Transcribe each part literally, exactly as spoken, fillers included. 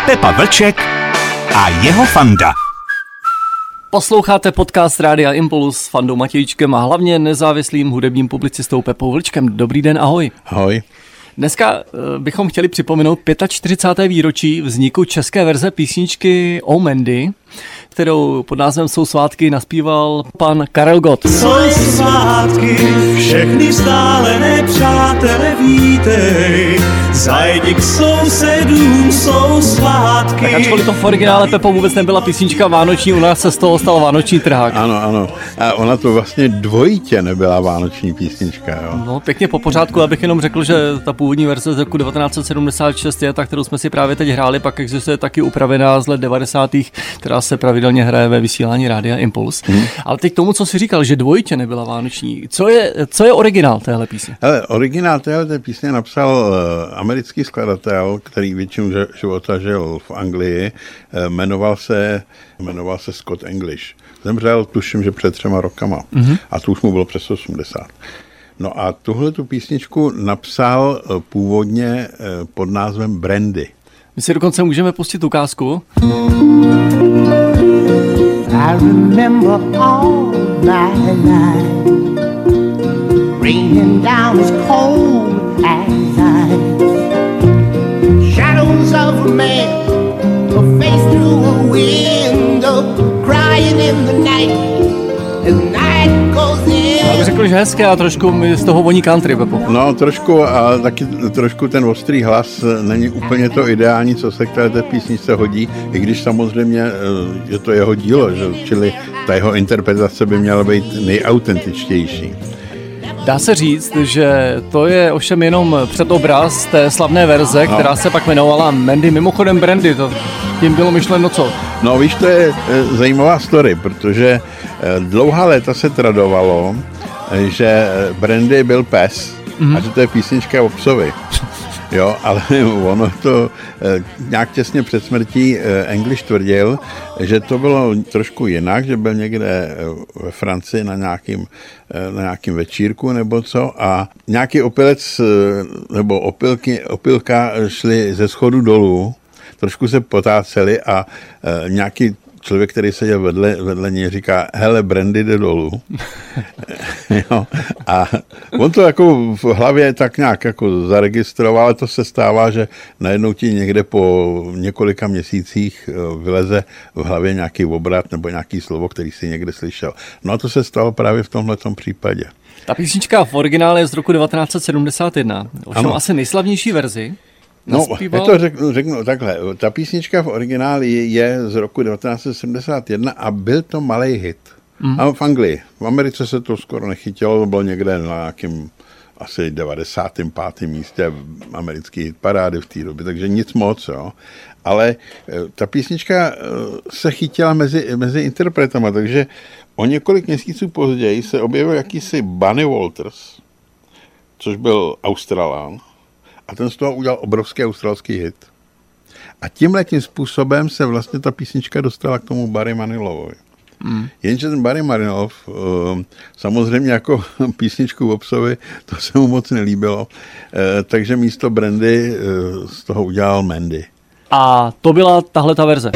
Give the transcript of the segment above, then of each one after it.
Pepa Vlček a jeho fanda. Posloucháte podcast Rádia Impuls s fandou Matějčkem a hlavně nezávislým hudebním publicistou Pepou Vlčkem. Dobrý den, ahoj. Ahoj. Dneska bychom chtěli připomenout čtyřicáté pátého výročí vzniku české verze písničky O Mandy, kterou pod názvem Jsou svátky naspíval pan Karel Gott. Jsou svátky, všechny vzdálené přátele vítej, zajdi k sousedům, jsou svátky. Tak ačkoliv to v originále, Pepo, vůbec nebyla písnička vánoční, u nás se z toho stal vánoční trhák. Ano, ano. A ona to vlastně dvojitě nebyla vánoční písnička, jo. No, pěkně po pořádku, abych jenom řekl, že ta původní verze z roku devatenáct set sedmdesát šest je ta, kterou jsme si právě teď hráli, pak existuje taky upravená z let devadesátých, která se pravidelně hraje ve vysílání Rádia Impuls. Hmm. Ale teď k tomu, co jsi říkal, že dvojitě nebyla vánoční. Co je, co je originál téhle písně? Hele, originál téhle písně napsal uh, americký skladatel, který většinu života žil v Anglii, uh, jmenoval se, jmenoval se Scott English. Zemřel, tuším, že před třema rokama. Hmm. A to už mu bylo přes osmdesát. No a tuhle tu písničku napsal uh, původně uh, pod názvem Brandy. My si dokonce můžeme pustit ukázku. I remember all my life raining down as cold as ice. Shadows of a man, a face through a window, crying in the night as the night goes in. Já bych řekl, že hezké a trošku mi z toho voní country, Pepo. No trošku a taky trošku ten ostrý hlas není úplně to ideální, co se k té písničce hodí, i když samozřejmě je to jeho dílo, že? Čili ta jeho interpretace by měla být nejautentičtější. Dá se říct, že to je ovšem jenom předobraz té slavné verze, no. která se pak jmenovala Mandy, mimochodem Brandy, to tím bylo myšleno co? No víš, to je zajímavá story, protože dlouhá léta se tradovalo, že Brandy byl pes mm-hmm. a že to je písnička o psovi. Jo, ale ono to nějak těsně před smrtí English tvrdil, že to bylo trošku jinak, že byl někde ve Francii na nějakým, na nějakým večírku nebo co a nějaký opilec nebo opilky, opilka šli ze schodu dolů, trošku se potáceli a nějaký člověk, který seděl vedle, vedle něj, říká, hele, Brandy jde dolů. Jo. A on to jako v hlavě tak nějak jako zaregistroval, ale to se stává, že najednou ti někde po několika měsících vyleze v hlavě nějaký obrat nebo nějaký slovo, který si někde slyšel. No a to se stalo právě v tomhletom případě. Ta písnička v originále je z roku devatenáct set sedmdesát jedna. Ovšem asi nejslavnější verzi. No, já to řeknu, řeknu takhle. Ta písnička v originále je z roku devatenáct set sedmdesát jedna a byl to malej hit. Mm. A v Anglii. V Americe se to skoro nechytilo, to bylo někde na nějakém asi devadesátém pátém místě americké hitparády v té době, takže nic moc, jo. Ale ta písnička se chytila mezi, mezi interpretama, takže o několik měsíců později se objevil jakýsi Bunny Walters, což byl Australán, a ten z toho udělal obrovský australský hit. A tímhletím způsobem se vlastně ta písnička dostala k tomu Barry Manilovovi. Mm. Jenže ten Barry Manilov uh, samozřejmě jako písničku o psovi, to se mu moc nelíbilo, uh, takže místo Brandy uh, z toho udělal Mandy. A to byla tahle ta verze.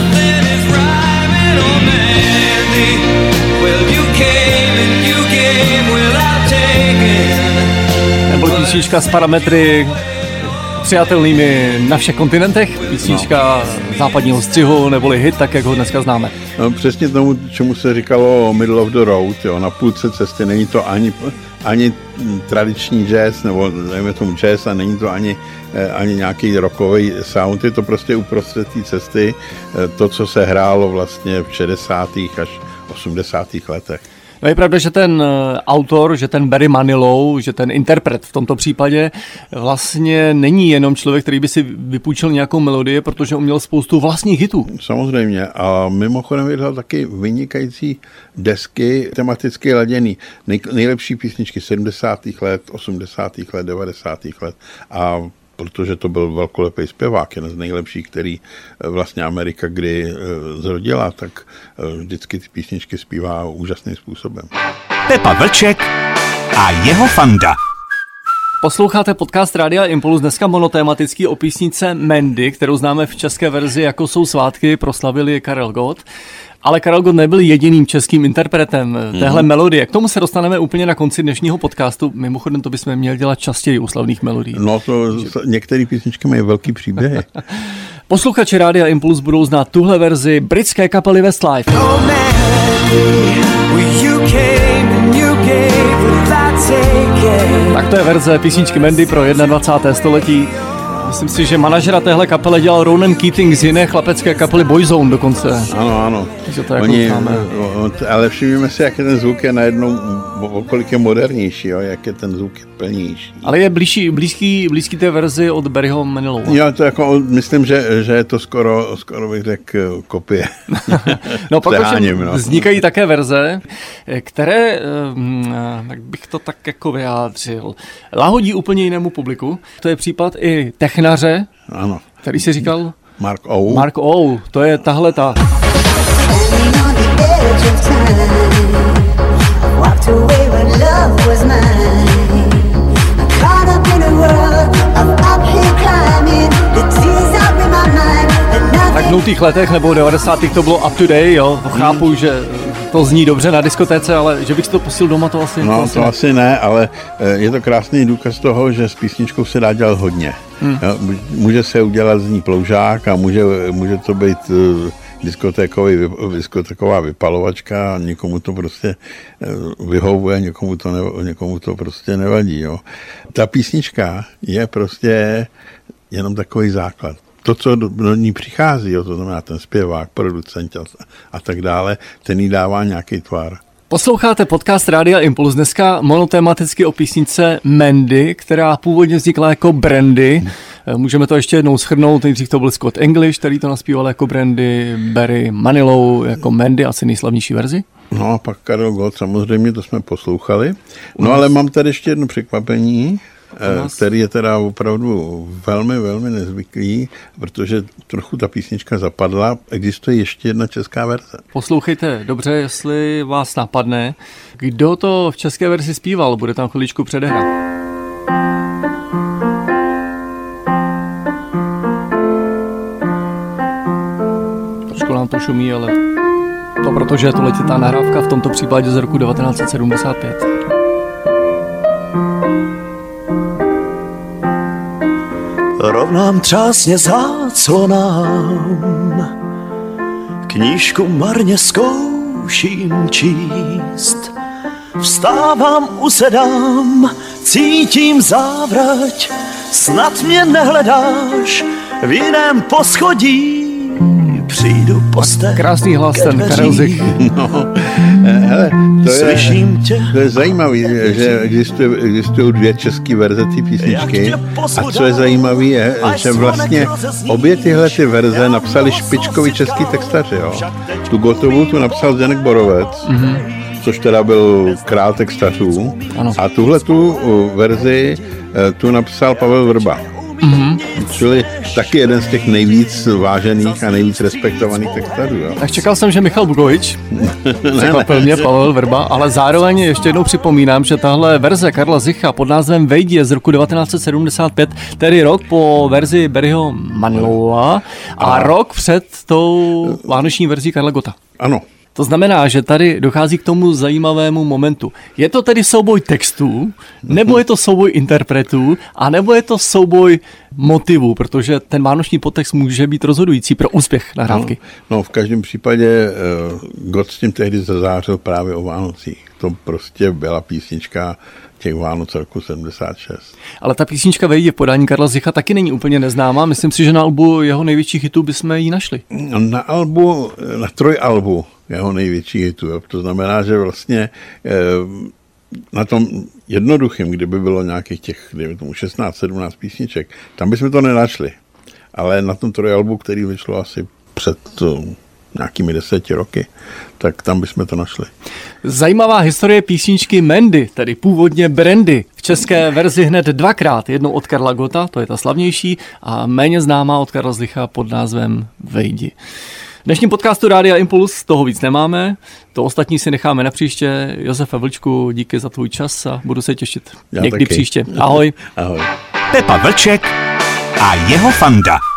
Nebo písnička s parametry přijatelnými na všech kontinentech, písnička no. západního střihu, neboli hit, tak jak ho dneska známe. No, přesně tomu, čemu se říkalo middle of the road, jo, na půlce cesty, není to ani, ani tradiční jazz, nebo dejme tomu jazz, a není to ani, ani nějaký rockový sound, je to prostě uprostřed té cesty, to, co se hrálo vlastně v šedesátých až osmdesátých letech. No je pravda, že ten autor, že ten Barry Manilow, že ten interpret v tomto případě vlastně není jenom člověk, který by si vypůjčil nějakou melodii, protože on měl spoustu vlastních hitů. Samozřejmě a mimochodem vydal taky vynikající desky tematicky laděný. Nej, nejlepší písničky sedmdesátých let, osmdesátých let, devadesátých let a protože to byl velkolepý zpěvák, jeden z nejlepších, který vlastně Amerika kdy zrodila, tak vždycky ty písničky zpívá úžasným způsobem. Pepa Vlček a jeho fanda. Posloucháte podcast Rádia Impuls, dneska monotématický o písnice Mandy, kterou známe v české verzi Jako jsou svátky, proslavil je Karel Gott. Ale Karel Gott nebyl jediným českým interpretem téhle mm. melodie. K tomu se dostaneme úplně na konci dnešního podcastu. Mimochodem to bychom měli dělat častěji u slavných melodií. No to některé písničky mají velký příběhy. Posluchači Rádia Impuls budou znát tuhle verzi britské kapely Westlife. Oh man, tak to je verze písničky Mandy pro dvacátého prvního století. Myslím si, že manažera téhle kapele dělal Ronan Keating z jiné chlapecké kapely Boyzone dokonce. Ano, ano. Takže to jako Oni, ale všimněme si, jak je ten zvuk je najednou, kolik je modernější, jo, jak je ten zvuk plnější. Ale je blížší, blízký, blízký té verzi od Barryho Manilova. Jo, to jako, myslím, že, že je to skoro, skoro bych řekl, kopie. No pak no. Vznikají také verze, které, jak bych to tak jako vyjádřil, lahodí úplně jinému publiku. To je případ i technaře, ano. Který si říkal? Mark O. Mark O, to je tahle ta. Tak v nultých letech nebo devadesátých to bylo up to date, jo. Chápu, hmm. že to zní dobře na diskotéce, ale že bych si to pustil doma, to asi No, to asi to ne. asi ne, ale je to krásný důkaz toho, že s písničkou se dá dělat hodně. Hmm. Jo, může se udělat z ní ploužák a může, může to být diskotékový, diskotéková vypalovačka a někomu to prostě vyhovuje, někomu to, ne, někomu to prostě nevadí. Jo. Ta písnička je prostě jenom takový základ. To, co do, do ní přichází, jo, to znamená ten zpěvák, producent a, a tak dále, ten jí dává nějaký tvar. Posloucháte podcast Rádia Impuls, dneska monotématicky o písničce Mandy, která původně vznikla jako Brandy. Můžeme to ještě jednou shrnout, nejdřív to byl Scott English, který to naspíval jako Brandy, Barry Manilow jako Mandy, asi nejslavnější verzi. No a pak Karel Gott, samozřejmě to jsme poslouchali. No ale mám tady ještě jedno překvapení, který je teda opravdu velmi, velmi nezvyklý, protože trochu ta písnička zapadla. Existuje ještě jedna česká verze. Poslouchejte dobře, jestli vás napadne, kdo to v české verzi zpíval, bude tam chviličku předehra. Trošku nám to šumí, ale to protože je to letitá nahrávka, v tomto případě z roku devatenáct set sedmdesát pět. Rovnám třásně záclonám, knížku marně zkouším číst. Vstávám, usedám, cítím závrať, snad mě nehledáš v jiném poschodí. Přijdu poste. Krásný hlas ten Karel Zich. No, hele, to je, to je zajímavý, že existuje, existují dvě české verze té písničky a co je zajímavé je, že vlastně obě tyhle ty verze napsali špičkoví český textaři. Jo. Tu Gottovu tu napsal Zdeněk Borovec, mm-hmm. což teda byl král textařů, ano. A tuhle tu verzi tu napsal Pavel Vrba. Mm-hmm. Čili taky jeden z těch nejvíc vážených a nejvíc respektovaných textařů. Jo? Tak čekal jsem, že Michal Bugovič, překvapil mě Pavel Vrba, ale zároveň ještě jednou připomínám, že tahle verze Karla Zicha pod názvem Vejdi je z roku devatenáct set sedmdesát pět, tedy rok po verzi Barryho Manilowa a, a rok před tou vánoční verzí Karla Gotta. Ano. To znamená, že tady dochází k tomu zajímavému momentu. Je to tedy souboj textů, nebo je to souboj interpretů, a nebo je to souboj motivů, protože ten vánoční podtext může být rozhodující pro úspěch nahrávky. No, no v každém případě uh, Gott s tím tehdy zazářil právě o Vánocích. To prostě byla písnička těch Vánoc roku sedmdesát šest. Ale ta písnička Vejdi v podání Karla Zicha taky není úplně neznámá. Myslím si, že na albu jeho největších hitů bychom ji našli. Na albu, na trojalbu jeho největší hitu. To znamená, že vlastně eh, na tom jednoduchým, kdyby bylo nějakých těch, dejme tomu šestnáct sedmnáct písniček, tam bychom to nenašli. Ale na tom trojalbu, který vyšlo asi před uh, nějakými deseti roky, tak tam bychom to našli. Zajímavá historie písničky Mandy, tedy původně Brandy, v české verzi hned dvakrát. Jednou od Karla Gotta, to je ta slavnější, a méně známá od Karla Zicha pod názvem Vejdi. V dnešním podcastu Rádia Impuls toho víc nemáme, to ostatní si necháme na příště. Josefe Vlčku, díky za tvůj čas a budu se těšit Já někdy taky. příště. Ahoj. Ahoj. Pepa Vlček a jeho fanda.